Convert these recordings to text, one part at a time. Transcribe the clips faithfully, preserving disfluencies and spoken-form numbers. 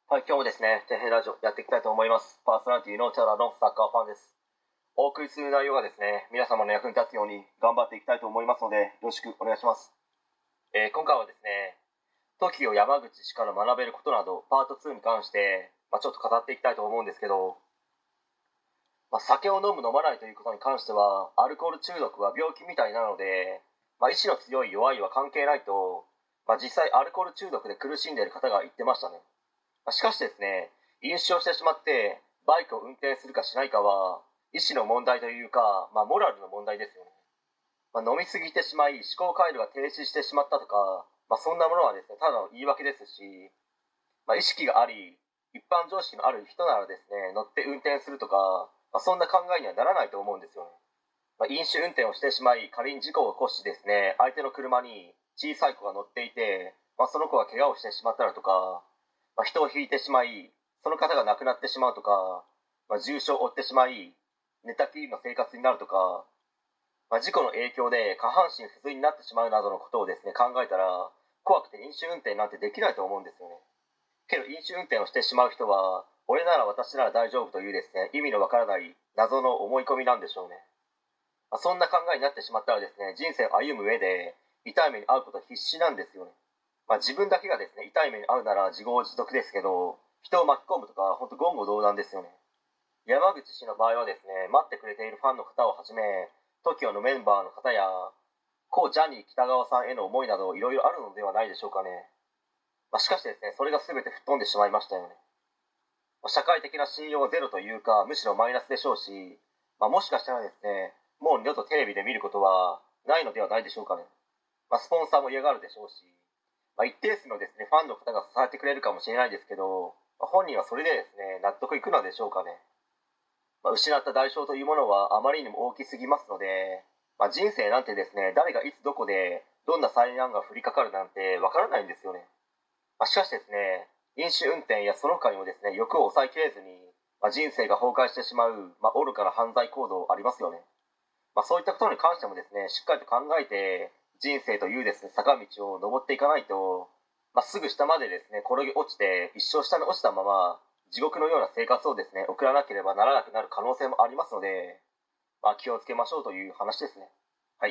はい、今日もですね、底辺ラジオやっていきたいと思います。パーソナリティのチャラのサッカーファンです。お送りする内容がですね、皆様の役に立つように頑張っていきたいと思いますので、よろしくお願いします。えー今回はですね、TOKIO 山口氏から学べることなど、パートツーに関して、まあ、ちょっと語っていきたいと思うんですけど、まあ、酒を飲む飲まないということに関しては、アルコール中毒は病気みたいなので、まあ、意志の強い弱いは関係ないと、まあ、実際アルコール中毒で苦しんでいる方が言ってましたね。しかしですね、飲酒をしてしまってバイクを運転するかしないかは意思の問題というか、まあ、モラルの問題ですよね。まあ、飲みすぎてしまい思考回路が停止してしまったとか、まあ、そんなものはですねただの言い訳ですし、まあ、意識があり一般常識のある人ならですね乗って運転するとか、まあ、そんな考えにはならないと思うんですよね。まあ、飲酒運転をしてしまい仮に事故を起こしですね相手の車に小さい子が乗っていて、まあ、その子が怪我をしてしまったらとか、まあ、人を引いてしまいその方が亡くなってしまうとか、まあ、重傷を負ってしまい寝たきりの生活になるとか、まあ、事故の影響で下半身不随になってしまうなどのことをですね考えたら怖くて飲酒運転なんてできないと思うんですよね。けど飲酒運転をしてしまう人は俺なら私なら大丈夫というですね意味のわからない謎の思い込みなんでしょうね。まあ、そんな考えになってしまったらですね人生を歩む上で痛い目に遭うこと必死なんですよね。まあ、自分だけがですね痛い目に遭うなら自業自得ですけど、人を巻き込むとか本当言語道断ですよね。山口氏の場合はですね待ってくれているファンの方をはじめ TOKIO のメンバーの方や故ジャニー喜多川さんへの思いなどいろいろあるのではないでしょうかね。まあ、しかしですねそれが全て吹っ飛んでしまいましたよね。まあ社会的な信用ゼロというかむしろマイナスでしょうし、まあ、もしかしたらですねもう二度とテレビで見ることはないのではないでしょうかね。まあ、スポンサーも嫌がるでしょうし、まあ、一定数のですねファンの方が支えてくれるかもしれないですけど、まあ、本人はそれでですね納得いくのでしょうかね。まあ、失った代償というものはあまりにも大きすぎますので、まあ、人生なんてですね誰がいつどこでどんな災難が降りかかるなんてわからないんですよね。まあ、しかしですね飲酒運転やその他にもですね欲を抑えきれずに、まあ、人生が崩壊してしまう、まあ、愚かな犯罪行動ありますよね。まあ、そういったことに関してもですねしっかりと考えて人生というですね坂道を登っていかないと、まあ、すぐ下までですね転げ落ちて一生下に落ちたまま地獄のような生活をですね送らなければならなくなる可能性もありますので、まあ、気をつけましょうという話ですね。はい、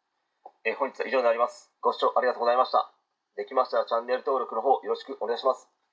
えー本日は以上になります。ご視聴ありがとうございました。できましたらチャンネル登録の方よろしくお願いします。